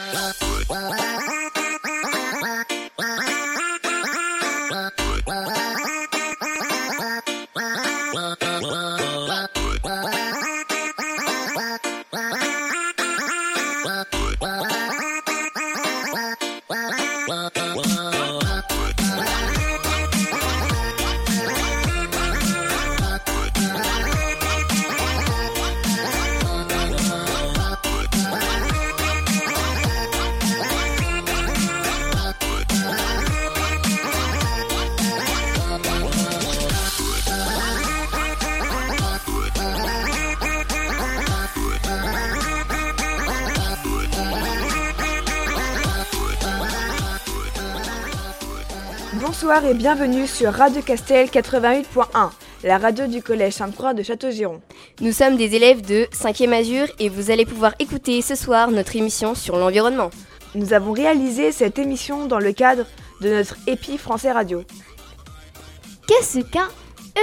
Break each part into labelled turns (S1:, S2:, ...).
S1: Bonsoir et bienvenue sur Radio Castel 88.1, la radio du collège Sainte-Croix de Châteaugiron.
S2: Nous sommes des élèves de 5e Azur et vous allez pouvoir écouter ce soir notre émission sur l'environnement.
S1: Nous avons réalisé cette émission dans le cadre de notre EPI Français Radio.
S3: Qu'est-ce qu'un EPI ?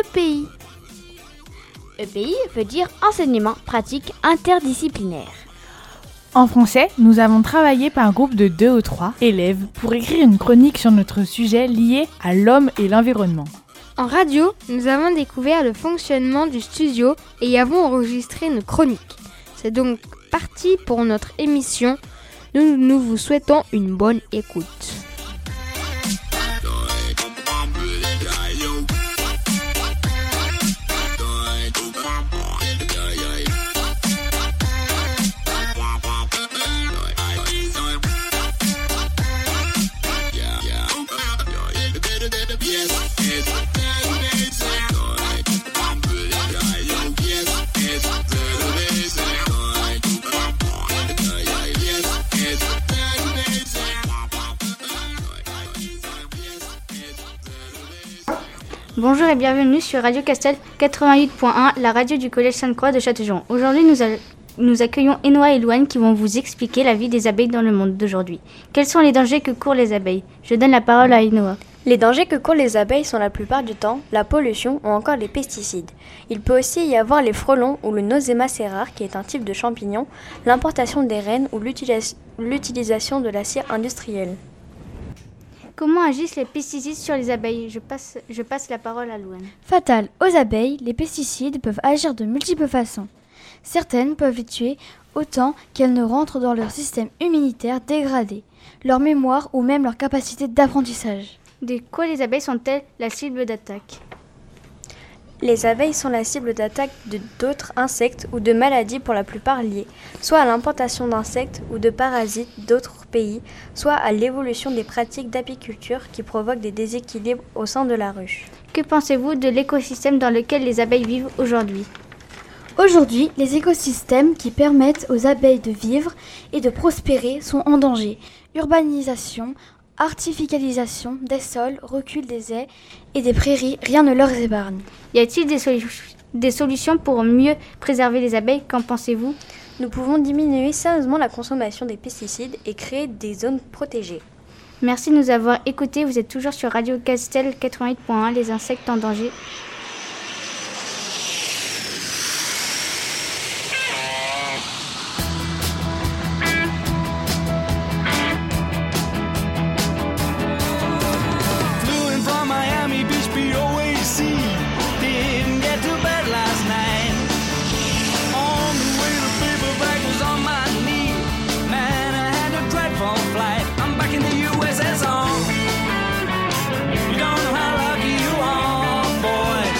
S3: EPI veut dire enseignement pratique interdisciplinaire.
S4: En français, nous avons travaillé par groupe de 2 ou 3 élèves pour écrire une chronique sur notre sujet lié à l'homme et l'environnement.
S5: En radio, nous avons découvert le fonctionnement du studio et y avons enregistré nos chroniques. C'est donc parti pour notre émission. Nous vous souhaitons une bonne écoute.
S3: Bonjour et bienvenue sur Radio Castel 88.1, la radio du collège Sainte-Croix de Châteaugiron. Aujourd'hui, nous accueillons Enoa et Louane qui vont vous expliquer la vie des abeilles dans le monde d'aujourd'hui. Quels sont les dangers que courent les abeilles ? Je donne la parole à Enoa.
S2: Les dangers que courent les abeilles sont la plupart du temps la pollution ou encore les pesticides. Il peut aussi y avoir les frelons ou le Nosema cerare qui est un type de champignon, l'importation des rennes ou l'utilisation de la cire industrielle.
S3: Comment agissent les pesticides sur les abeilles ? Je passe la parole à Louane.
S6: Fatal aux abeilles, les pesticides peuvent agir de multiples façons. Certaines peuvent les tuer autant qu'elles ne rentrent dans leur système immunitaire dégradé, leur mémoire ou même leur capacité d'apprentissage.
S3: De quoi les abeilles sont-elles la cible d'attaque ?
S2: Les abeilles sont la cible d'attaque d'autres insectes ou de maladies pour la plupart liées, soit à l'importation d'insectes ou de parasites d'autres pays, soit à l'évolution des pratiques d'apiculture qui provoquent des déséquilibres au sein de la ruche.
S3: Que pensez-vous de l'écosystème dans lequel les abeilles vivent aujourd'hui ?
S6: Aujourd'hui, les écosystèmes qui permettent aux abeilles de vivre et de prospérer sont en danger. Urbanisation, artificialisation des sols, recul des haies et des prairies, rien ne leur épargne.
S3: Y a-t-il des solutions pour mieux préserver les abeilles ? Qu'en pensez-vous ?
S2: Nous pouvons diminuer sérieusement la consommation des pesticides et créer des zones protégées.
S3: Merci de nous avoir écoutés. Vous êtes toujours sur Radio Castel 88.1, les insectes en danger.
S7: You don't know how lucky you are, boy.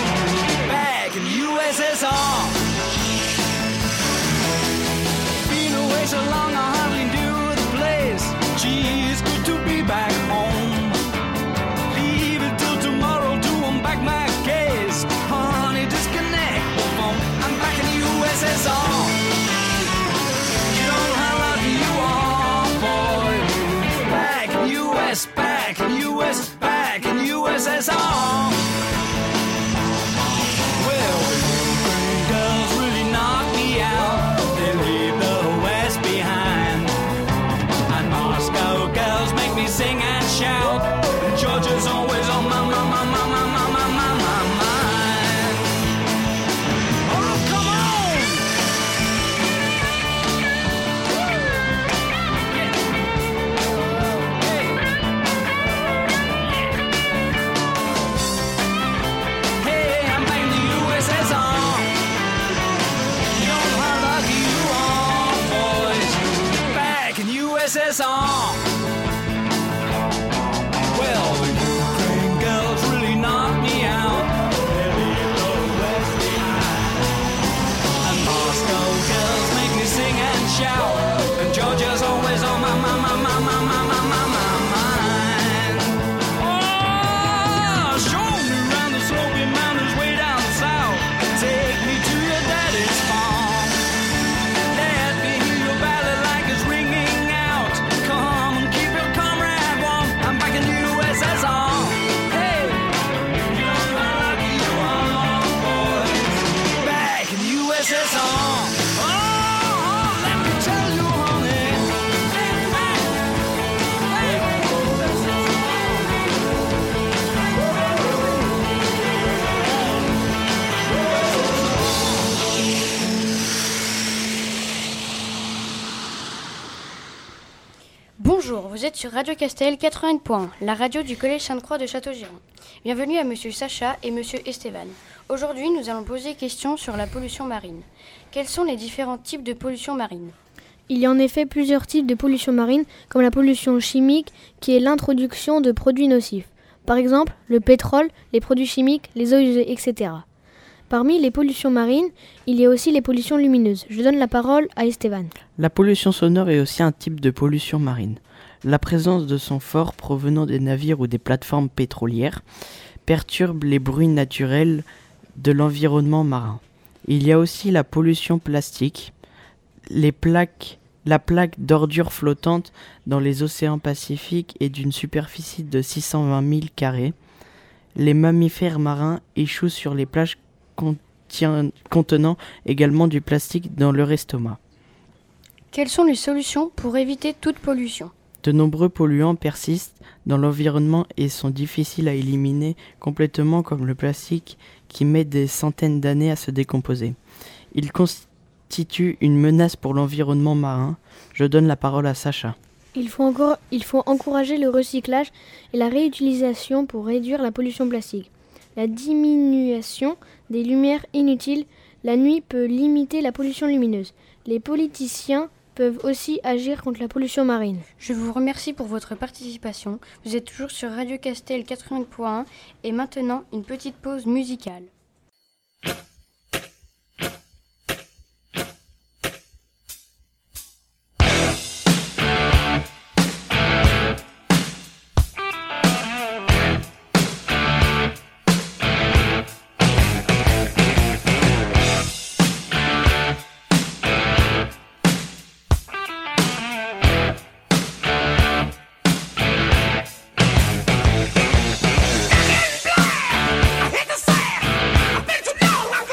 S7: USS on. Well, the Ukraine girls really knocked me out. They leave the West behind. And Moscow girls make me sing and shout. And Georgia's always on my mind. Oh, show me round the sloping mountains way down south. Take me to your daddy's farm. Let me hear your ballad like it's ringing out. Come and keep your comrade warm. I'm back in the USSR. Hey, you know how lucky you are, boys. Back in the USSR. Oh, let me tell you, honey.
S2: Bonjour, vous êtes sur Radio Castel 80.1, la radio du Collège Sainte-Croix de Château-Giron. Bienvenue à Monsieur Sacha et Monsieur Esteban. Aujourd'hui, nous allons poser question sur la pollution marine. Quels sont les différents types de pollution marine ?
S5: Il y a en effet plusieurs types de pollution marine, comme la pollution chimique, qui est l'introduction de produits nocifs. Par exemple, le pétrole, les produits chimiques, les eaux usées, etc. Parmi les pollutions marines, il y a aussi les pollutions lumineuses. Je donne la parole à Esteban.
S8: La pollution sonore est aussi un type de pollution marine. La présence de sons forts provenant des navires ou des plateformes pétrolières perturbe les bruits naturels de l'environnement marin. Il y a aussi la pollution plastique. La plaque d'ordures flottantes dans les océans Pacifiques est d'une superficie de 620 000 carrés. Les mammifères marins échouent sur les plages contenant également du plastique dans leur estomac.
S2: Quelles sont les solutions pour éviter toute pollution ?
S8: De nombreux polluants persistent dans l'environnement et sont difficiles à éliminer complètement, comme le plastique qui met des centaines d'années à se décomposer. Il constitue une menace pour l'environnement marin. Je donne la parole à Sacha.
S5: Il faut encourager le recyclage et la réutilisation pour réduire la pollution plastique. La diminution des lumières inutiles la nuit peut limiter la pollution lumineuse. Les politiciens peuvent aussi agir contre la pollution marine.
S2: Je vous remercie pour votre participation. Vous êtes toujours sur Radio Castel 80.1 et maintenant une petite pause musicale.
S7: I hit the sand. I bet you know I'm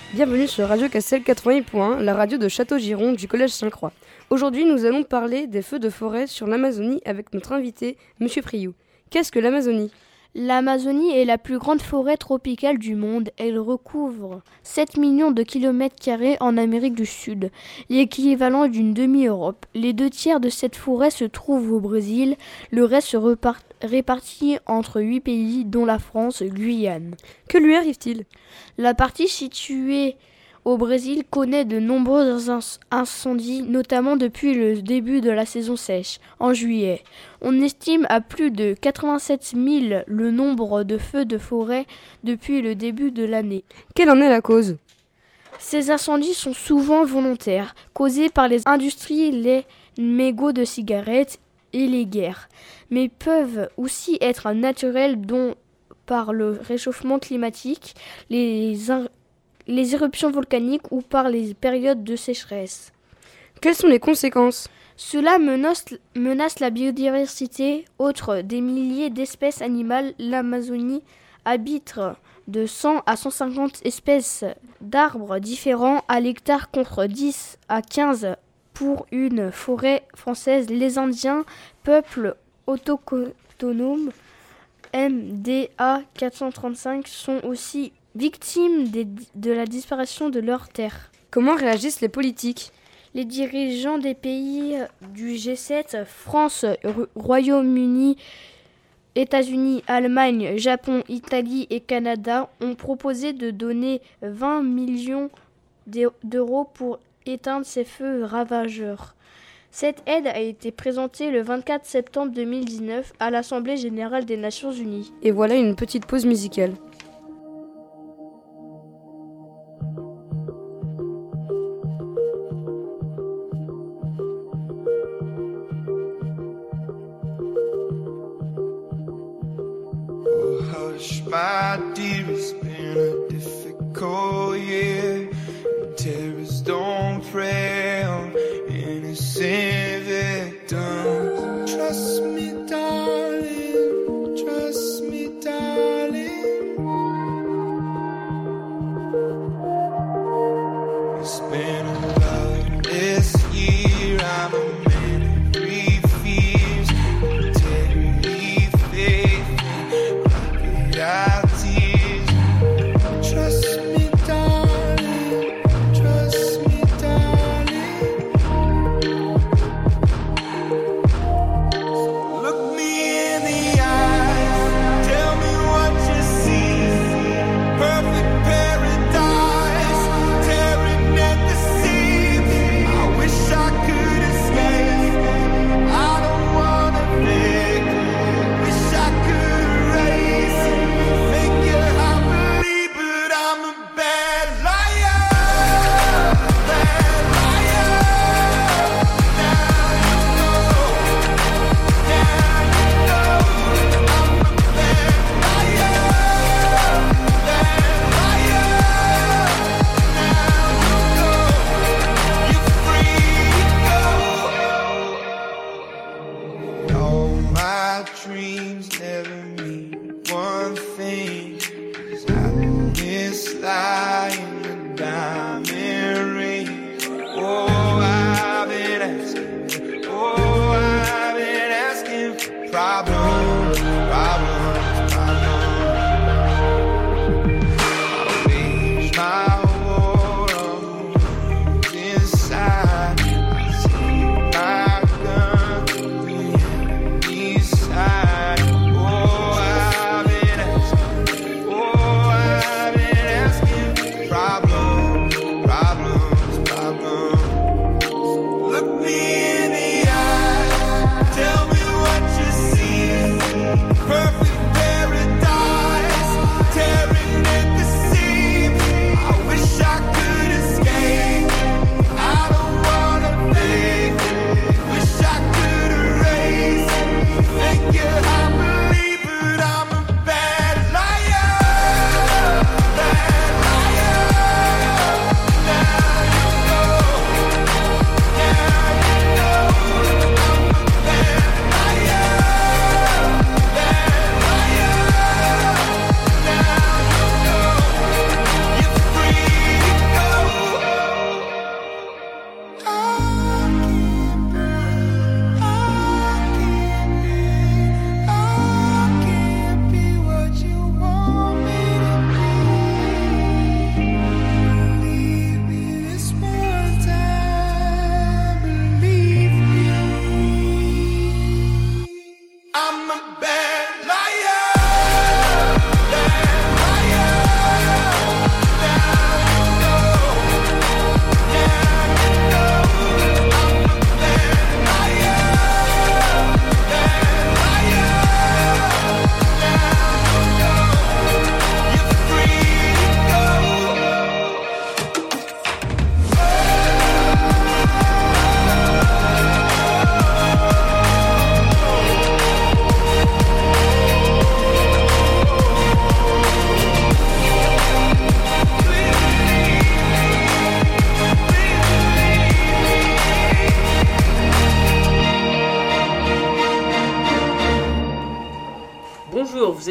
S9: Bienvenue sur Radio Castel 88.1, la radio de Château-Giron du Collège Sainte-Croix. Aujourd'hui, nous allons parler des feux de forêt sur l'Amazonie avec notre invité, Monsieur Priou. Qu'est-ce que l'Amazonie ?
S10: L'Amazonie est la plus grande forêt tropicale du monde. Elle recouvre 7 millions de kilomètres carrés en Amérique du Sud, l'équivalent d'une demi-Europe. Les 2 tiers de cette forêt se trouvent au Brésil, le reste se répartit entre 8 pays, dont la France, Guyane.
S9: Que lui arrive-t-il ?
S10: La partie située au Brésil connaît de nombreux incendies, notamment depuis le début de la saison sèche, en juillet. On estime à plus de 87 000 le nombre de feux de forêt depuis le début de l'année.
S9: Quelle en est la cause ?
S10: Ces incendies sont souvent volontaires, causés par les industries, les mégots de cigarettes et les guerres, mais peuvent aussi être naturels, dont par le réchauffement climatique, les éruptions volcaniques ou par les périodes de sécheresse.
S9: Quelles sont les conséquences ?
S10: Cela menace la biodiversité. Outre des milliers d'espèces animales, l'Amazonie habite de 100 à 150 espèces d'arbres différents à l'hectare contre 10 à 15 pour une forêt française. Les Indiens, peuple autochtone MDA 435, sont aussi victimes de la disparition de leurs terres.
S9: Comment réagissent les politiques ?
S10: Les dirigeants des pays du G7, France, Royaume-Uni, États-Unis, Allemagne, Japon, Italie et Canada, ont proposé de donner 20 millions d'euros pour éteindre ces feux ravageurs. Cette aide a été présentée le 24 septembre 2019 à l'Assemblée générale des Nations unies.
S9: Et voilà une petite pause musicale.
S7: Hush, my dear, it's been a difficult year. Terrorists don't prey on innocent victims. Trust me, darling. Trust me, darling. It's been a loveless year. I'm a man of three fears. Integrity, faith, and tears.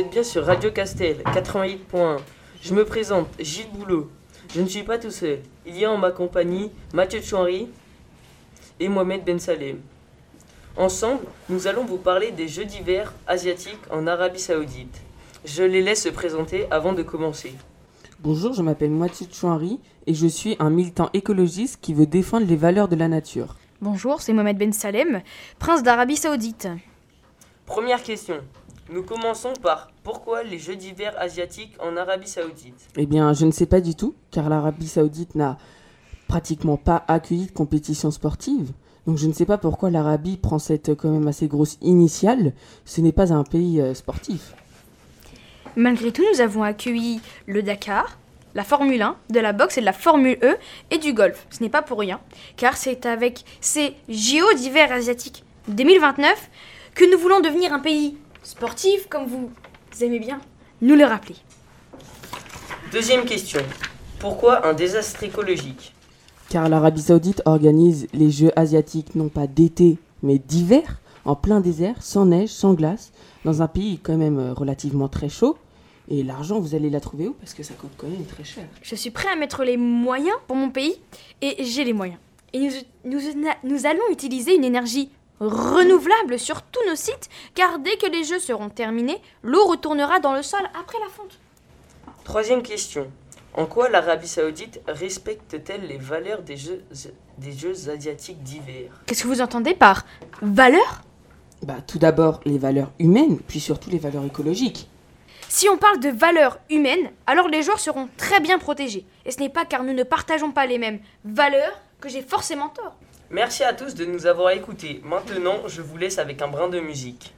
S11: êtes bien sur Radio Castel, 88.1. Je me présente, Gilles Boulot. Je ne suis pas tout seul. Il y a en ma compagnie Mathieu Chouanri et Mohamed Ben Salem. Ensemble, nous allons vous parler des Jeux d'hiver asiatiques en Arabie Saoudite. Je les laisse se présenter avant de commencer.
S12: Bonjour, je m'appelle Mathieu Chouanri et je suis un militant écologiste qui veut défendre les valeurs de la nature.
S13: Bonjour, c'est Mohamed Ben Salem, prince d'Arabie Saoudite.
S11: Première question. Nous commençons par pourquoi les Jeux d'hiver asiatiques en Arabie Saoudite ?
S12: Eh bien, je ne sais pas du tout, car l'Arabie Saoudite n'a pratiquement pas accueilli de compétition sportive. Donc je ne sais pas pourquoi l'Arabie prend cette quand même assez grosse initiale. Ce n'est pas un pays sportif.
S13: Malgré tout, nous avons accueilli le Dakar, la Formule 1, de la boxe et de la Formule E et du golf. Ce n'est pas pour rien, car c'est avec ces JO d'hiver asiatiques 2029 que nous voulons devenir un pays sportif, comme vous aimez bien nous le rappeler.
S11: Deuxième question. Pourquoi un désastre écologique ?
S12: Car l'Arabie Saoudite organise les Jeux asiatiques non pas d'été, mais d'hiver, en plein désert, sans neige, sans glace, dans un pays quand même relativement très chaud. Et l'argent, vous allez la trouver où ? Parce que ça coûte quand même très cher.
S13: Je suis prêt à mettre les moyens pour mon pays, et j'ai les moyens. Et nous allons utiliser une énergie renouvelable sur tous nos sites, car dès que les Jeux seront terminés, l'eau retournera dans le sol après la fonte.
S11: Troisième question. En quoi l'Arabie Saoudite respecte-t-elle les valeurs des Jeux asiatiques d'hiver ?
S13: Qu'est-ce que vous entendez par valeurs ?
S12: Tout d'abord, les valeurs humaines, puis surtout les valeurs écologiques.
S13: Si on parle de valeurs humaines, alors les joueurs seront très bien protégés. Et ce n'est pas car nous ne partageons pas les mêmes valeurs que j'ai forcément tort.
S11: Merci à tous de nous avoir écoutés. Maintenant, je vous laisse avec un brin de musique.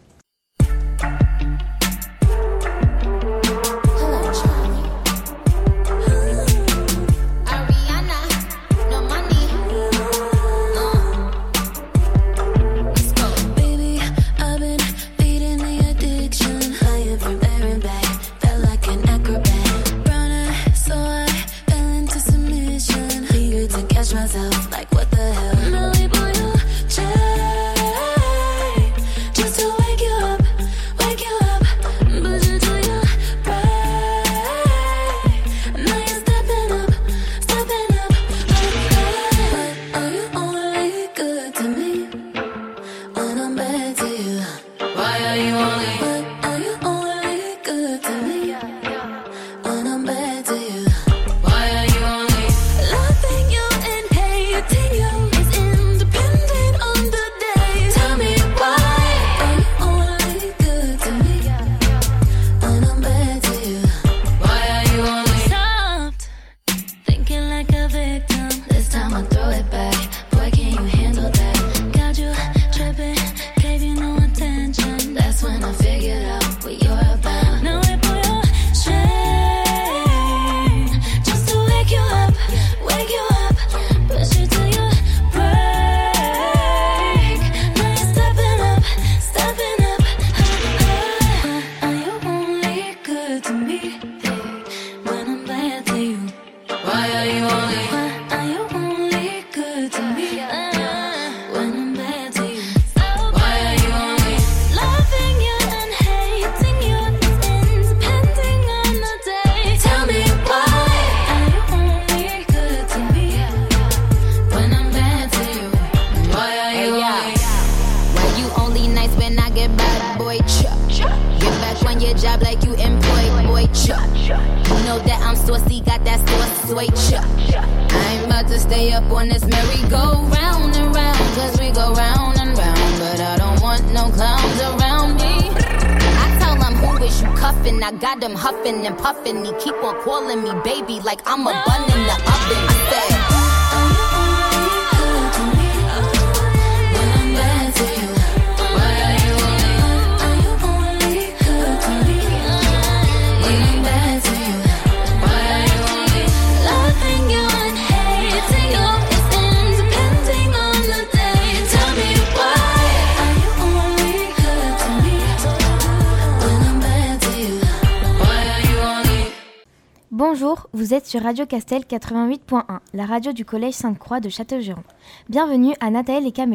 S14: I got them huffing and puffing. He keep on calling me baby like I'm a bun in the oven. I said, when I'm bad to you, why are you only good to me? When I'm bad to you, why are you only loving you and hating you? It's independing on the day. Tell me why are you only good to me? When I'm bad to you.
S6: Bonjour, vous êtes sur Radio Castel 88.1, la radio du collège Sainte-Croix de Châteaugiron. Bienvenue à Nathalie et Camélia.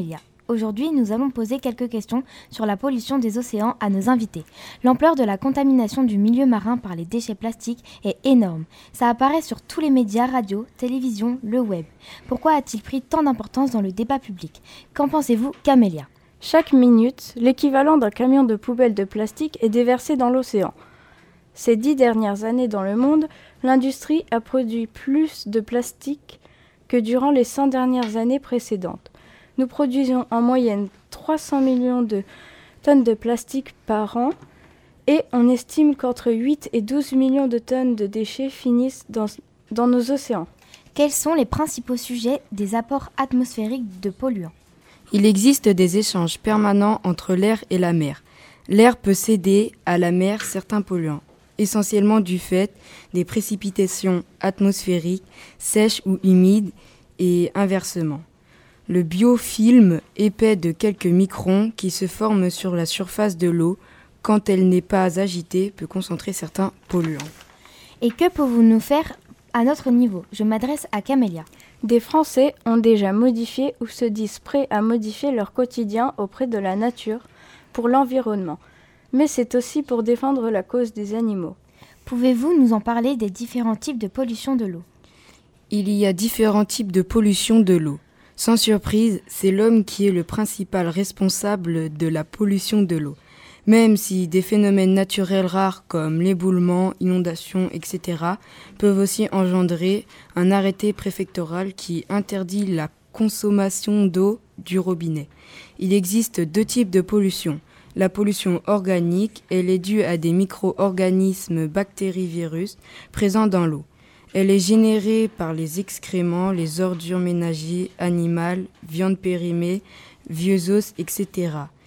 S15: Aujourd'hui, nous allons poser quelques questions sur la pollution des océans à nos invités. L'ampleur de la contamination du milieu marin par les déchets plastiques est énorme. Ça apparaît sur tous les médias, radio, télévision, le web. Pourquoi a-t-il pris tant d'importance dans le débat public? Qu'en pensez-vous, Camélia?
S16: Chaque minute, l'équivalent d'un camion de poubelles de plastique est déversé dans l'océan. Ces 10 dernières années dans le monde, l'industrie a produit plus de plastique que durant les 100 dernières années précédentes. Nous produisons en moyenne 300 millions de tonnes de plastique par an et on estime qu'entre 8 et 12 millions de tonnes de déchets finissent dans nos océans.
S15: Quels sont les principaux sujets des apports atmosphériques de polluants?
S17: Il existe des échanges permanents entre l'air et la mer. L'air peut céder à la mer certains polluants, essentiellement du fait des précipitations atmosphériques sèches ou humides et inversement. Le biofilm épais de quelques microns qui se forme sur la surface de l'eau quand elle n'est pas agitée peut concentrer certains polluants.
S15: Et que pouvons-nous faire à notre niveau? Je m'adresse à Camélia.
S16: Des Français ont déjà modifié ou se disent prêts à modifier leur quotidien auprès de la nature pour l'environnement. Mais c'est aussi pour défendre la cause des animaux.
S15: Pouvez-vous nous en parler des différents types de pollution de l'eau?
S17: Il y a différents types de pollution de l'eau. Sans surprise, c'est l'homme qui est le principal responsable de la pollution de l'eau. Même si des phénomènes naturels rares comme l'éboulement, inondations, etc. peuvent aussi engendrer un arrêté préfectoral qui interdit la consommation d'eau du robinet. Il existe 2 types de pollution. La pollution organique, elle est due à des micro-organismes bactéries-virus présents dans l'eau. Elle est générée par les excréments, les ordures ménagères, animales, viande périmée, vieux os, etc.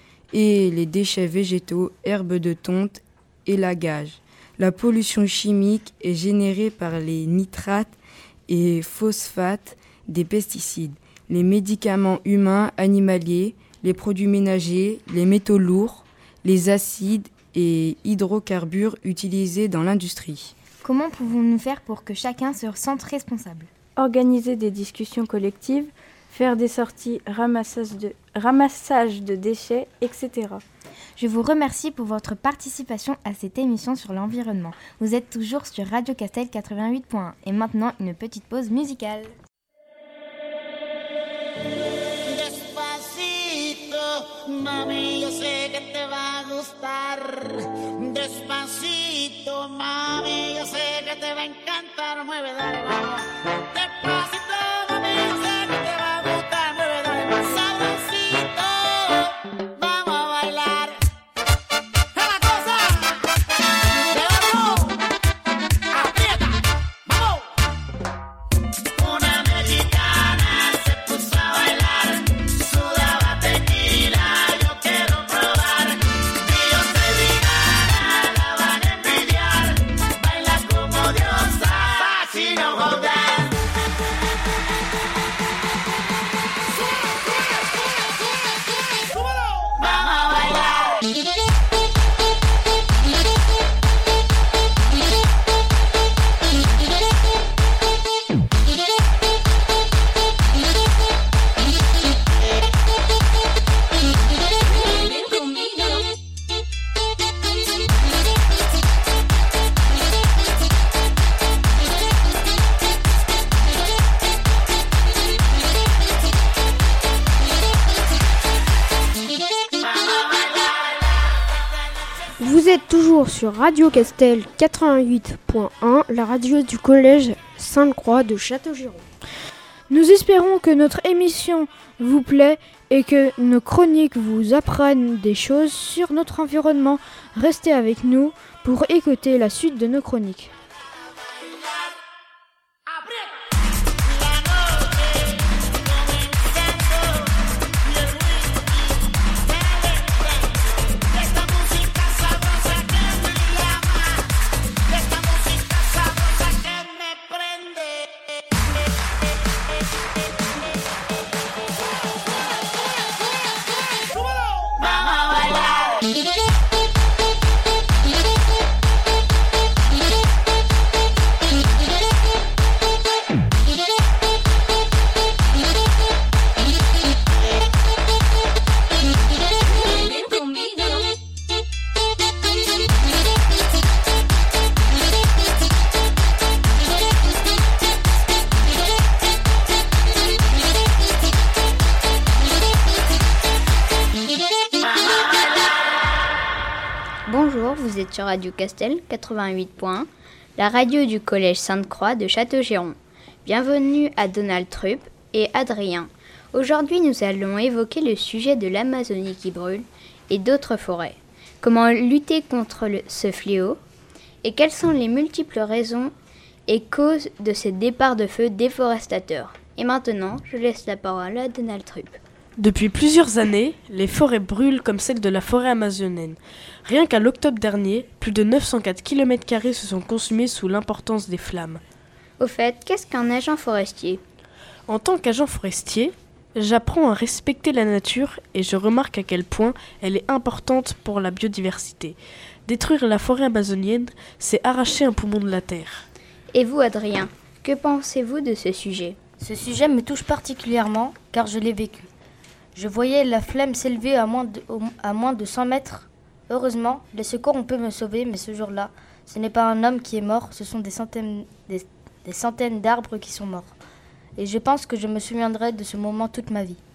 S17: Et les déchets végétaux, herbes de tonte, élagage. La pollution chimique est générée par les nitrates et phosphates des pesticides, les médicaments humains, animaliers, les produits ménagers, les métaux lourds, les acides et hydrocarbures utilisés dans l'industrie.
S15: Comment pouvons-nous faire pour que chacun se sente responsable?
S16: Organiser des discussions collectives, faire des sorties ramassage de déchets, etc.
S15: Je vous remercie pour votre participation à cette émission sur l'environnement. Vous êtes toujours sur Radio Castel 88.1 et maintenant une petite pause musicale.
S18: Mami, yo sé que te va a gustar. Despacito, mami, yo sé que te va a encantar. Mueve, dale, vamos. Despacito, mami, yo sé que te va a gustar. Mueve, dale, más sabrosito. Vamos a bailar. ¡Es la cosa! ¡Llévalo! ¡Aprieta! ¡Vamos! Una mexicana se puso a bailar. Sudaba tequila.
S5: Vous êtes toujours sur Radio Castel 88.1, la radio du collège Sainte-Croix de Châteaugiron. Nous espérons que notre émission vous plaît et que nos chroniques vous apprennent des choses sur notre environnement. Restez avec nous pour écouter la suite de nos chroniques.
S19: sur Radio Castel 88.1, la radio du collège Sainte-Croix de Château-Giron. Bienvenue à Donald Trump et Adrien. Aujourd'hui, nous allons évoquer le sujet de l'Amazonie qui brûle et d'autres forêts. Comment lutter contre ce fléau et quelles sont les multiples raisons et causes de ces départs de feu déforestateurs. Et maintenant, je laisse la parole à Donald Trump.
S20: Depuis plusieurs années, les forêts brûlent comme celle de la forêt amazonienne. Rien qu'à l'octobre dernier, plus de 904 km² se sont consumés sous l'importance des flammes.
S19: Au fait, qu'est-ce qu'un agent forestier ?
S20: En tant qu'agent forestier, j'apprends à respecter la nature et je remarque à quel point elle est importante pour la biodiversité. Détruire la forêt amazonienne, c'est arracher un poumon de la terre.
S19: Et vous, Adrien, que pensez-vous de ce sujet ?
S21: Ce sujet me touche particulièrement car je l'ai vécu. Je voyais la flamme s'élever à moins de 100 mètres. Heureusement, les secours ont pu me sauver, mais ce jour-là, ce n'est pas un homme qui est mort, ce sont des centaines d'arbres qui sont morts. Et je pense que je me souviendrai de ce moment toute ma vie.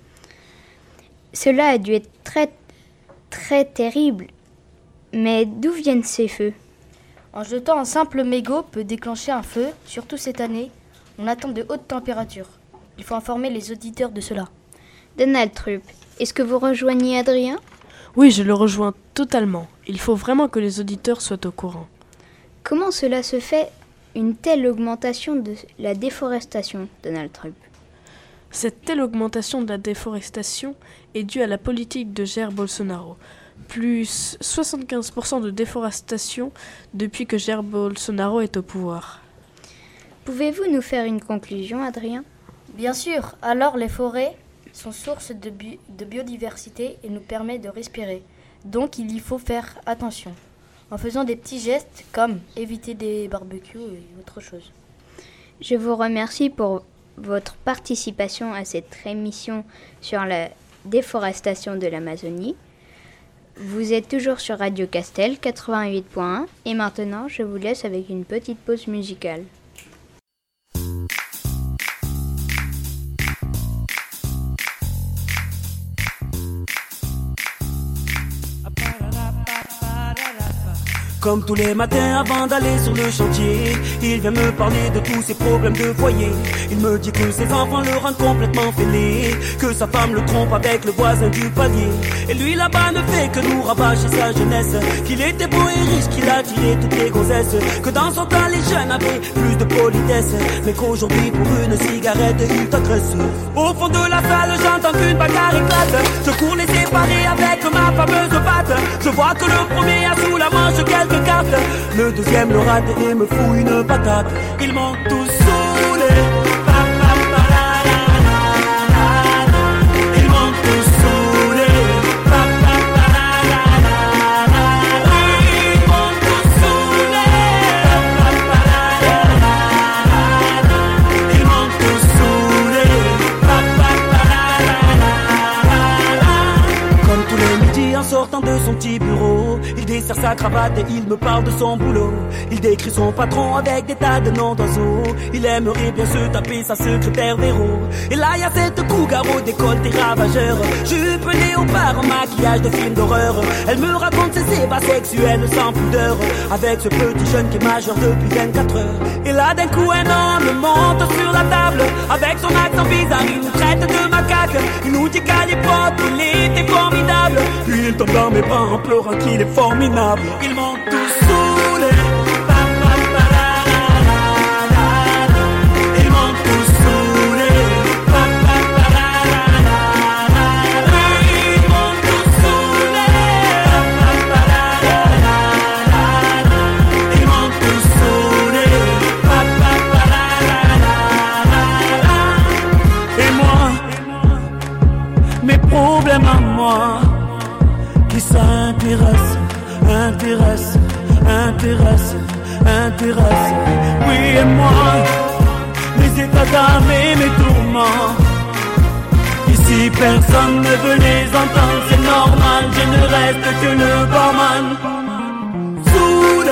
S19: Cela a dû être très, très terrible. Mais d'où viennent ces feux ?
S21: En jetant un simple mégot peut déclencher un feu, surtout cette année. On attend de hautes températures. Il faut informer les auditeurs de cela.
S19: Donald Trump, est-ce que vous rejoignez Adrien ?
S20: Oui, je le rejoins totalement. Il faut vraiment que les auditeurs soient au courant.
S19: Comment cela se fait, une telle augmentation de la déforestation, Donald Trump ?
S20: Cette telle augmentation de la déforestation est due à la politique de Jair Bolsonaro. Plus 75% de déforestation depuis que Jair Bolsonaro est au pouvoir.
S19: Pouvez-vous nous faire une conclusion, Adrien ?
S21: Bien sûr, alors les forêts sont source de biodiversité et nous permettent de respirer. Donc il y faut faire attention, en faisant des petits gestes comme éviter des barbecues et autre chose.
S19: Je vous remercie pour votre participation à cette émission sur la déforestation de l'Amazonie. Vous êtes toujours sur Radio Castel 88.1 et maintenant je vous laisse avec une petite pause musicale.
S22: Comme tous les matins avant d'aller sur le chantier, il vient me parler de tous ses problèmes de foyer. Il me dit que ses enfants le rendent complètement fêlé, que sa femme le trompe avec le voisin du palier. Et lui là-bas ne fait que nous rabâcher sa jeunesse, qu'il était beau et riche, qu'il a tiré toutes les gonzesses, que dans son temps les jeunes avaient plus de politesse, mais qu'aujourd'hui pour une cigarette ils t'agressent. Au fond de la salle j'entends qu'une bagarre éclate, je cours les séparer avec ma fameuse batte. Je vois que le premier a sous la manche quelques cartes, le deuxième le rate et me fout une patate. Ils m'ont tous saoulé. Ils m'ont tous saoulé. Ils m'ont tous saoulé. Ils m'ont tous saoulé. Comme tous les midis en sortant de son petit bureau, il dessert sa cravate et il me parle de son boulot. Il décrit son patron avec des tas de noms d'oiseaux. Il aimerait bien se taper sa secrétaire Véro. Et là y a cette Cougaro décolleté ravageur, jupe léopard en maquillage de film d'horreur. Elle me raconte ses ébats sexuels sans pudeur, avec ce petit jeune qui est majeur depuis 24 heures. Et là d'un coup un homme monte sur la table, avec son accent bizarre il nous traite de macaque. Il nous dit qu'à l'époque il était formidable, puis il tombe dans mes bras en pleurant qu'il est formidable. Ils m'ont tous saoulé. Ils m'ont tous saoulé. Ils m'ont tous saoulé. Ils m'ont tous saoulé. Et moi, mes problèmes à moi, qui s'intéresse, intéresse, intéresse, intéresse. Oui et moi, mes états d'âme et mes tourments, ici personne ne veut les entendre, c'est normal, je ne reste que le barman. Saoulé.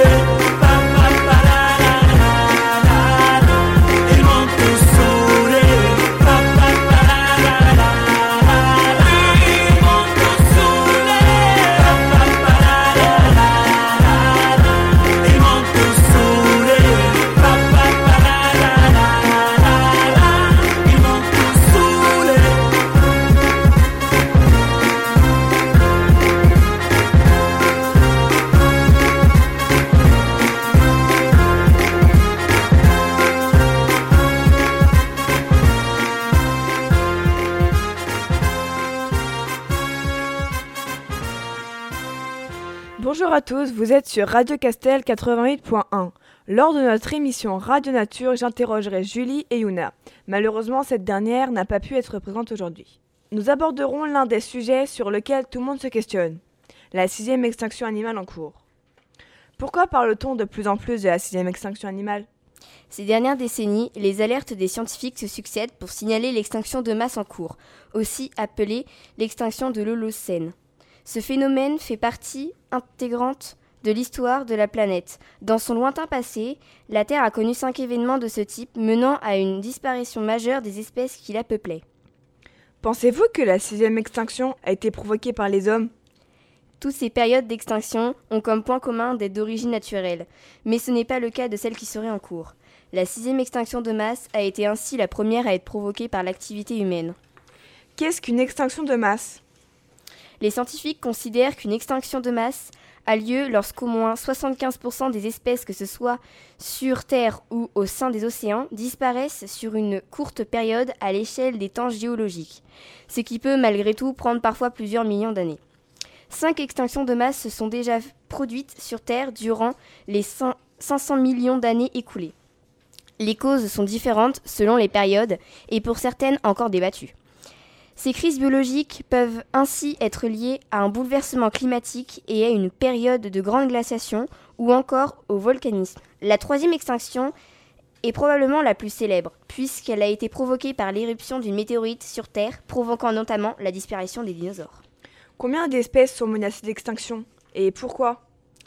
S22: Ils m'ont tous saoulé. Ils m'ont tous saoulé.
S1: Bonjour à tous, vous êtes sur Radio Castel 88.1. Lors de notre émission Radio Nature, j'interrogerai Julie et Yuna. Malheureusement, cette dernière n'a pas pu être présente aujourd'hui. Nous aborderons l'un des sujets sur lequel tout le monde se questionne, la 6e extinction animale en cours. Pourquoi parle-t-on de plus en plus de la 6e extinction animale ?
S4: Ces dernières décennies, les alertes des scientifiques se succèdent pour signaler l'extinction de masse en cours, aussi appelée l'extinction de l'Holocène. Ce phénomène fait partie intégrante de l'histoire de la planète. Dans son lointain passé, la Terre a connu 5 événements de ce type menant à une disparition majeure des espèces qui la peuplaient.
S1: Pensez-vous que la 6e extinction a été provoquée par les hommes ?
S4: Toutes ces périodes d'extinction ont comme point commun d'être d'origine naturelle, mais ce n'est pas le cas de celle qui serait en cours. La 6e extinction de masse a été ainsi la première à être provoquée par l'activité humaine.
S1: Qu'est-ce qu'une extinction de masse ?
S4: Les scientifiques considèrent qu'une extinction de masse a lieu lorsqu'au moins 75% des espèces, que ce soit sur Terre ou au sein des océans, disparaissent sur une courte période à l'échelle des temps géologiques, ce qui peut malgré tout prendre parfois plusieurs millions d'années. 5 extinctions de masse se sont déjà produites sur Terre durant les 500 millions d'années écoulées. Les causes sont différentes selon les périodes et pour certaines encore débattues. Ces crises biologiques peuvent ainsi être liées à un bouleversement climatique et à une période de grande glaciation ou encore au volcanisme. La 3e extinction est probablement la plus célèbre puisqu'elle a été provoquée par l'éruption d'une météorite sur Terre, provoquant notamment la disparition des dinosaures.
S1: Combien d'espèces sont menacées d'extinction et pourquoi ?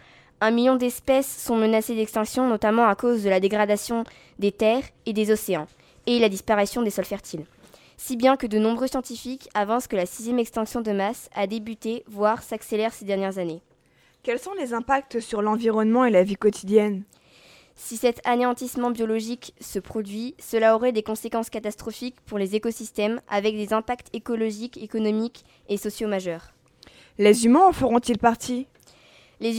S4: 1 million d'espèces sont menacées d'extinction, notamment à cause de la dégradation des terres et des océans et la disparition des sols fertiles. Si bien que de nombreux scientifiques avancent que la 6e extinction de masse a débuté, voire s'accélère ces dernières années.
S1: Quels sont les impacts sur l'environnement et la vie quotidienne ?
S4: Si cet anéantissement biologique se produit, cela aurait des conséquences catastrophiques pour les écosystèmes avec des impacts écologiques, économiques et sociaux majeurs.
S1: Les humains en feront-ils partie ?
S4: Les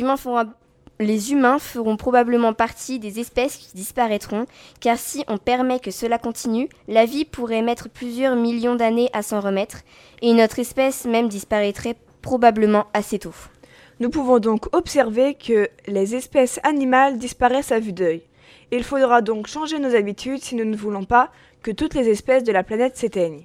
S4: humains feront probablement partie des espèces qui disparaîtront, car si on permet que cela continue, la vie pourrait mettre plusieurs millions d'années à s'en remettre, et notre espèce même disparaîtrait probablement assez tôt.
S1: Nous pouvons donc observer que les espèces animales disparaissent à vue d'œil. Il faudra donc changer nos habitudes si nous ne voulons pas que toutes les espèces de la planète s'éteignent.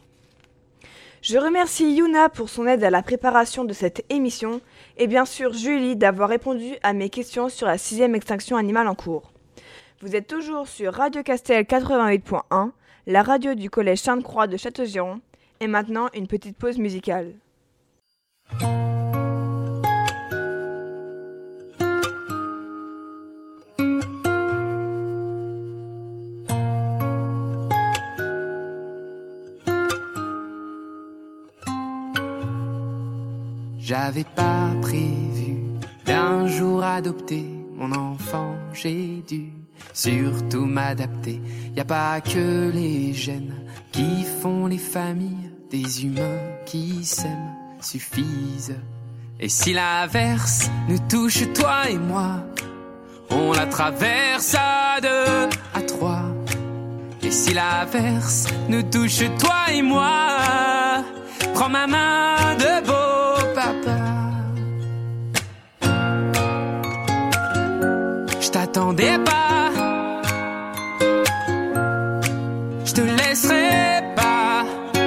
S1: Je remercie Yuna pour son aide à la préparation de cette émission et bien sûr Julie d'avoir répondu à mes questions sur la 6e extinction animale en cours. Vous êtes toujours sur Radio Castel 88.1, la radio du collège Sainte-Croix de Châteaugiron, et maintenant une petite pause musicale.
S23: J'avais pas prévu d'un jour adopter mon enfant, j'ai dû surtout m'adapter. Y a pas que les gènes qui font les familles, des humains qui s'aiment suffisent. Et si l'averse nous touche toi et moi, on la traverse à 2, à 3. Et si l'averse nous touche toi et moi, prends ma main de beau papa. Je t'attendais pas, je te laisserai pas.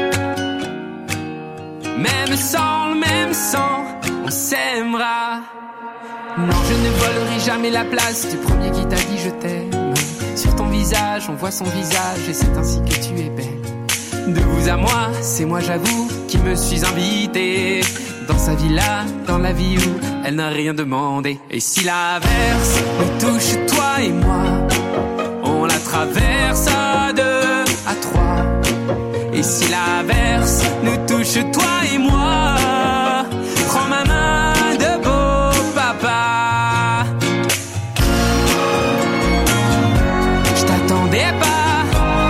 S23: Même sans le même sang, on s'aimera. Non, je ne volerai jamais la place du premier qui t'a dit je t'aime. Sur ton visage, on voit son visage et c'est ainsi que tu es belle. De vous à moi, c'est moi j'avoue qui me suis invité dans sa villa, dans la vie où elle n'a rien demandé. Et si l'averse nous touche toi et moi, on la traverse à 2, à 3. Et si l'averse nous touche toi et moi, prends ma main de beau papa. Je t'attendais pas,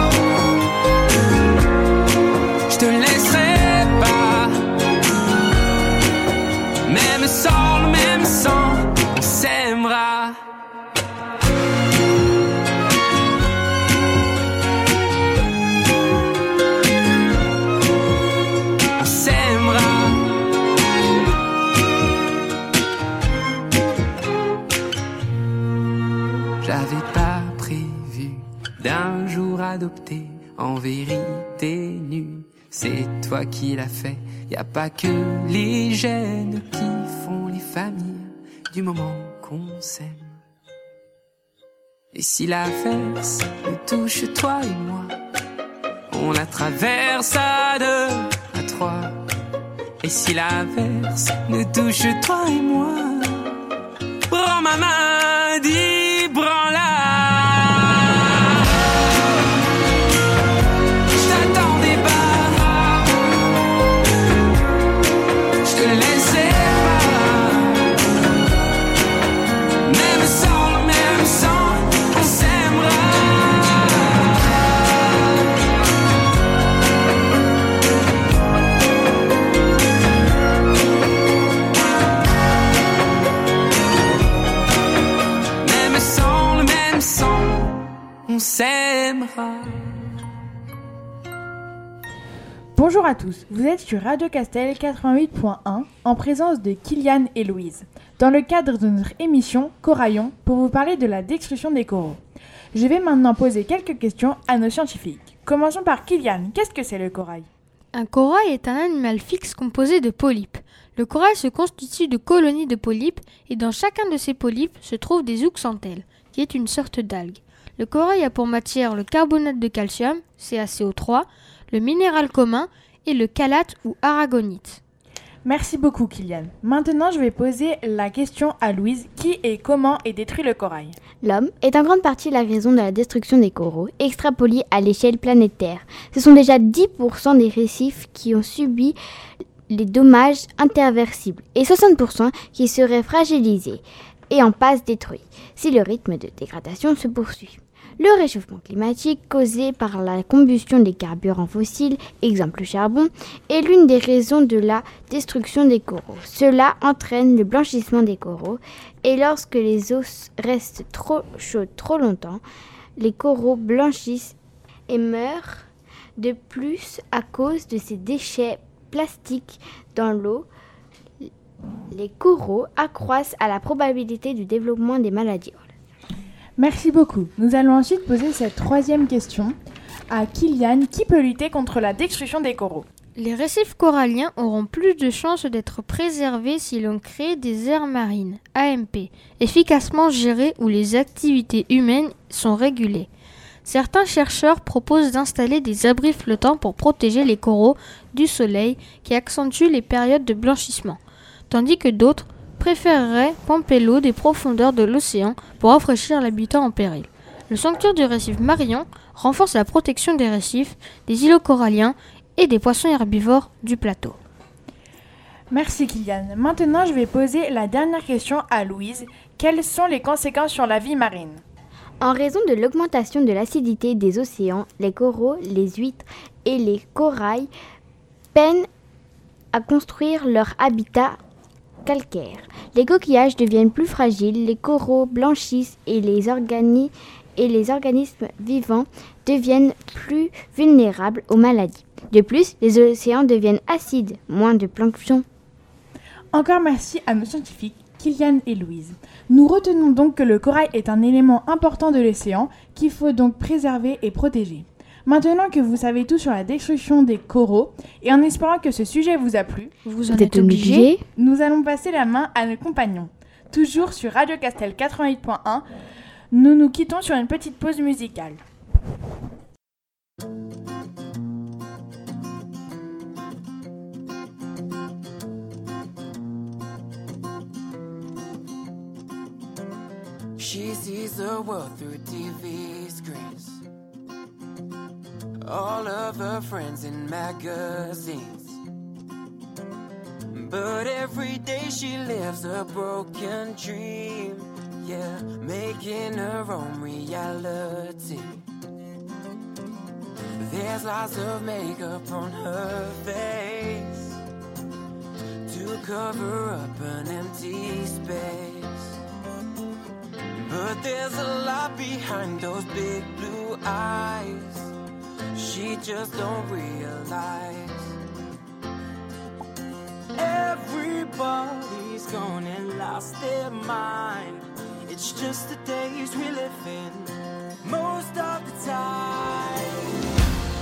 S23: je te laisserai pas. Même sans le même sang, on s'aimera. On s'aimera. en vérité nue. C'est toi qui l'as fait, y a pas que les gènes qui font les familles du moment qu'on s'aime. Et si l'averse nous touche toi et moi, on la traverse à deux, à trois. Et si l'averse nous touche toi et moi, prends ma main, dis prends-la. Je t'attendais pas, je te laissais pas. Même sans, on s'aimera. On s'aimera.
S2: Bonjour à tous, vous êtes sur Radio Castel 88.1 en présence de Kylian et Louise, dans le cadre de notre émission Coraillon pour vous parler de la destruction des coraux. Je vais maintenant poser quelques questions à nos scientifiques. Commençons par Kylian, qu'est-ce que c'est le corail ?
S5: Un corail est un animal fixe composé de polypes. Le corail se constitue de colonies de polypes et dans chacun de ces polypes se trouve des zooxanthelles, qui est une sorte d'algue. Le corail a pour matière le carbonate de calcium, CaCO3, le minéral commun et le calate ou aragonite.
S2: Merci beaucoup Kylian. Maintenant je vais poser la question à Louise. Qui et comment est détruit le corail ?
S3: L'homme est en grande partie la raison de la destruction des coraux, extrapolée à l'échelle planétaire. Ce sont déjà 10% des récifs qui ont subi les dommages interversibles et 60% qui seraient fragilisés et en passe détruits si le rythme de dégradation se poursuit. Le réchauffement climatique causé par la combustion des carburants fossiles, exemple le charbon, est l'une des raisons de la destruction des coraux. Cela entraîne le blanchissement des coraux et lorsque les eaux restent trop chaudes trop longtemps, les coraux blanchissent et meurent. De plus, à cause de ces déchets plastiques dans l'eau, les coraux accroissent à la probabilité du développement des maladies.
S2: Merci beaucoup. Nous allons ensuite poser cette troisième question à Kylian. Qui peut lutter contre la destruction des coraux ?
S5: Les récifs coralliens auront plus de chances d'être préservés si l'on crée des aires marines, AMP, efficacement gérées où les activités humaines sont régulées. Certains chercheurs proposent d'installer des abris flottants pour protéger les coraux du soleil qui accentuent les périodes de blanchissement, tandis que d'autres préféreraient pomper l'eau des profondeurs de l'océan pour rafraîchir l'habitat en péril. Le sanctuaire du récif Marion renforce la protection des récifs, des îlots coralliens et des poissons herbivores du plateau.
S2: Merci Kylian. Maintenant, je vais poser la dernière question à Louise. Quelles sont les conséquences sur la vie marine ?
S3: En raison de l'augmentation de l'acidité des océans, les coraux, les huîtres et les corails peinent à construire leur habitat calcaire. Les coquillages deviennent plus fragiles, les coraux blanchissent et les organismes vivants deviennent plus vulnérables aux maladies. De plus, les océans deviennent acides, moins de plancton.
S2: Encore merci à nos scientifiques, Kylian et Louise. Nous retenons donc que le corail est un élément important de l'océan qu'il faut donc préserver et protéger. Maintenant que vous savez tout sur la destruction des coraux, et en espérant que ce sujet vous a plu,
S3: vous en êtes obligés.
S2: Nous allons passer la main à nos compagnons. Toujours sur Radio Castel 88.1, nous nous quittons sur une petite pause musicale.
S8: She sees the world through TV screens. All of her friends in magazines. But every day she lives a broken dream. Yeah, making her own reality. There's lots of makeup on her face to cover up an empty space. But there's a lot behind those big blue eyes she just don't realize.
S22: Everybody's gone and lost their mind. It's just the days we live in most of the time.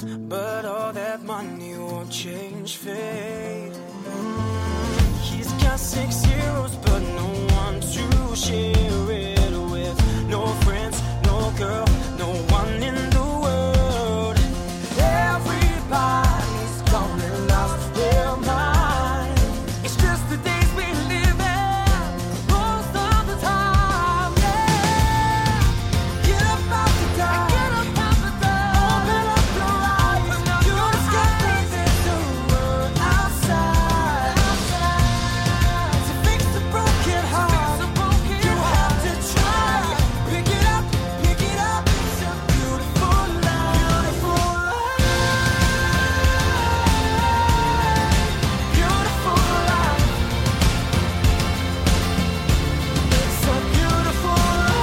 S8: but all that money won't change fate. He's got 6 zeros, but no one to share it with. No friends, no girl, no one in the world. Everybody's gone and lost their mind. It's just the days we live in, most of the time. Yeah, get up out the dark, get up out the dark. Open up your eyes, you'll discover there's a world outside. To fix the broken heart, you have to try. Pick it up, it's a beautiful life. Beautiful life. It's a beautiful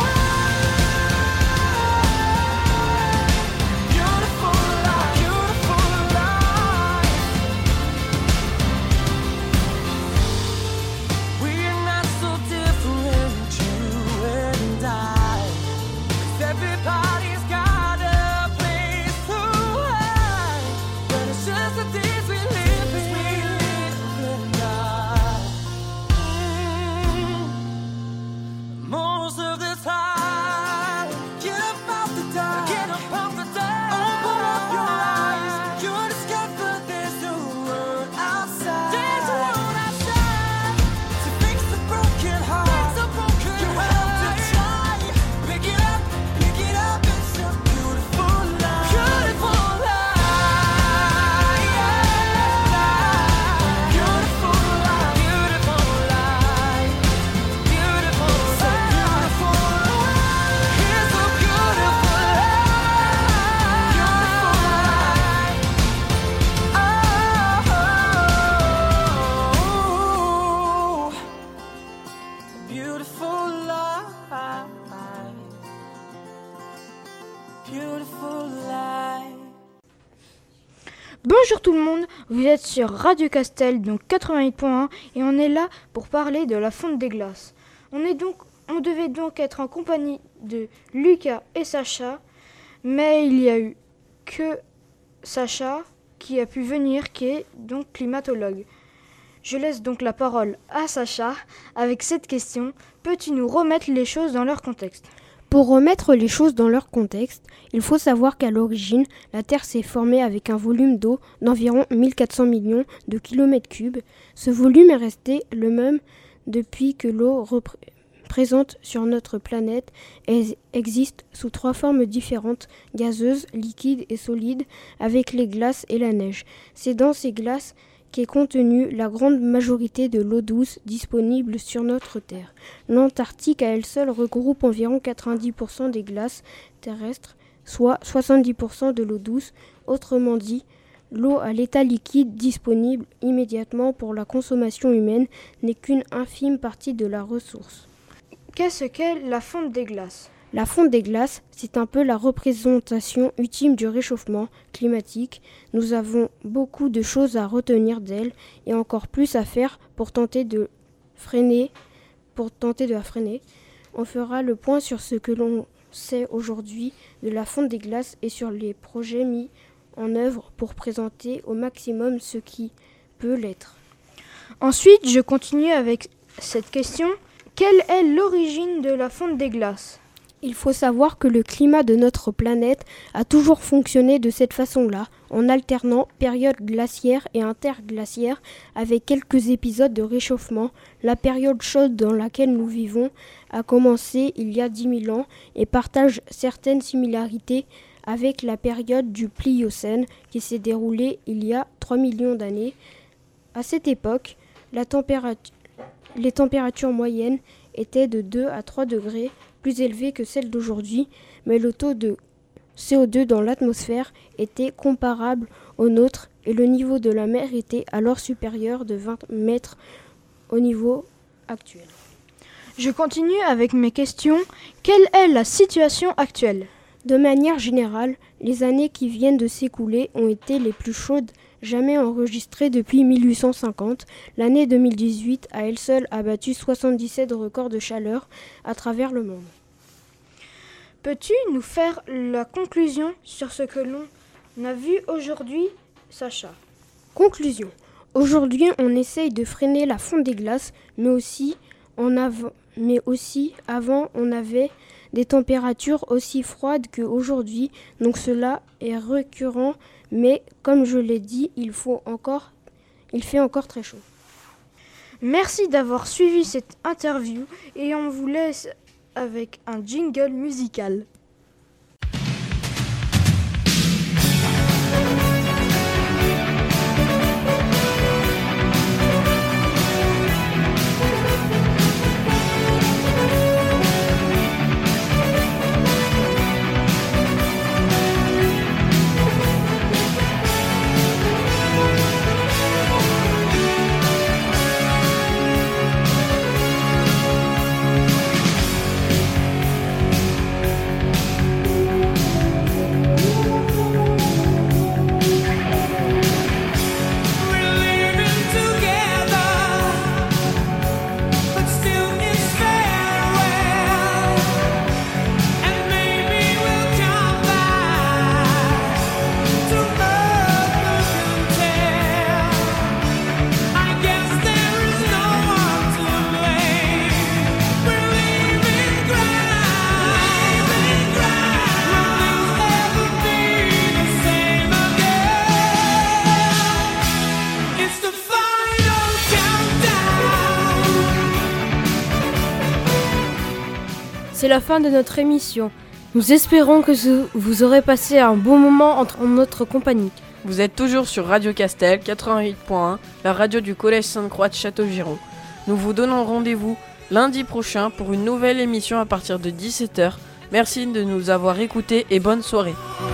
S8: life. Beautiful life. Beautiful life. We're not so different, you and I. 'Cause everybody's got a place to hide. But it's just the days we live and die. Most of the time, get up out the dark. Get up out the dark. Open up your eyes. You'll discover there's a world outside. There's a world outside. To fix the broken heart, you have to try. Pick it up, it's a beautiful life. Beautiful life, yeah. Beautiful life, beautiful life, beautiful life. It's a beautiful life. It's a beautiful life. Beautiful life. Oh, beautiful life. Beautiful life.
S13: Bonjour tout le monde, vous êtes sur Radio Castel, donc 88.1, et on est là pour parler de la fonte des glaces. On devait donc être en compagnie de Lucas et Sacha, mais il n'y a eu que Sacha qui a pu venir, qui est donc climatologue. Je laisse donc la parole à Sacha avec cette question: peux-tu nous remettre les choses dans leur contexte ?
S5: Pour remettre les choses dans leur contexte, il faut savoir qu'à l'origine, la Terre s'est formée avec un volume d'eau d'environ 1400 millions de kilomètres cubes. Ce volume est resté le même depuis que l'eau présente sur notre planète existe sous 3 formes différentes: gazeuse, liquide et solide, avec les glaces et la neige. C'est dans ces glaces qu'est contenue la grande majorité de l'eau douce disponible sur notre Terre. L'Antarctique à elle seule regroupe environ 90% des glaces terrestres, soit 70% de l'eau douce. Autrement dit, l'eau à l'état liquide disponible immédiatement pour la consommation humaine n'est qu'une infime partie de la ressource.
S13: Qu'est-ce qu'est la fonte des glaces ?
S5: La fonte des glaces, c'est un peu la représentation ultime du réchauffement climatique. Nous avons beaucoup de choses à retenir d'elle et encore plus à faire pour tenter de la freiner. On fera le point sur ce que l'on sait aujourd'hui de la fonte des glaces et sur les projets mis en œuvre pour présenter au maximum ce qui peut l'être.
S13: Ensuite, je continue avec cette question: quelle est l'origine de la fonte des glaces ?
S5: Il faut savoir que le climat de notre planète a toujours fonctionné de cette façon-là, en alternant période glaciaire et interglaciaire avec quelques épisodes de réchauffement. La période chaude dans laquelle nous vivons a commencé il y a 10 000 ans et partage certaines similarités avec la période du Pliocène qui s'est déroulée il y a 3 millions d'années. À cette époque, les températures moyennes étaient de 2 à 3 degrés plus élevées que celles d'aujourd'hui, mais le taux de CO2 dans l'atmosphère était comparable au nôtre et le niveau de la mer était alors supérieur de 20 mètres au niveau actuel.
S13: Je continue avec mes questions. Quelle est la situation actuelle ?
S5: De manière générale, les années qui viennent de s'écouler ont été les plus chaudes jamais enregistrées depuis 1850. L'année 2018 à elle seule a battu 77 records de chaleur à travers le monde.
S13: Peux-tu nous faire la conclusion sur ce que l'on
S7: On a vu aujourd'hui, Sacha.
S9: Conclusion. Aujourd'hui, on essaye de freiner la fonte des glaces, mais aussi avant, on avait des températures aussi froides qu'aujourd'hui. Donc cela est récurrent, mais comme je l'ai dit, il fait encore très chaud.
S7: Merci d'avoir suivi cette interview et on vous laisse avec un jingle musical.
S10: C'est la fin de notre émission. Nous espérons que vous aurez passé un bon moment en notre compagnie.
S24: Vous êtes toujours sur Radio Castel 88.1, la radio du Collège Sainte-Croix de Châteaugiron. Nous vous donnons rendez-vous lundi prochain pour une nouvelle émission à partir de 17h. Merci de nous avoir écoutés et bonne soirée.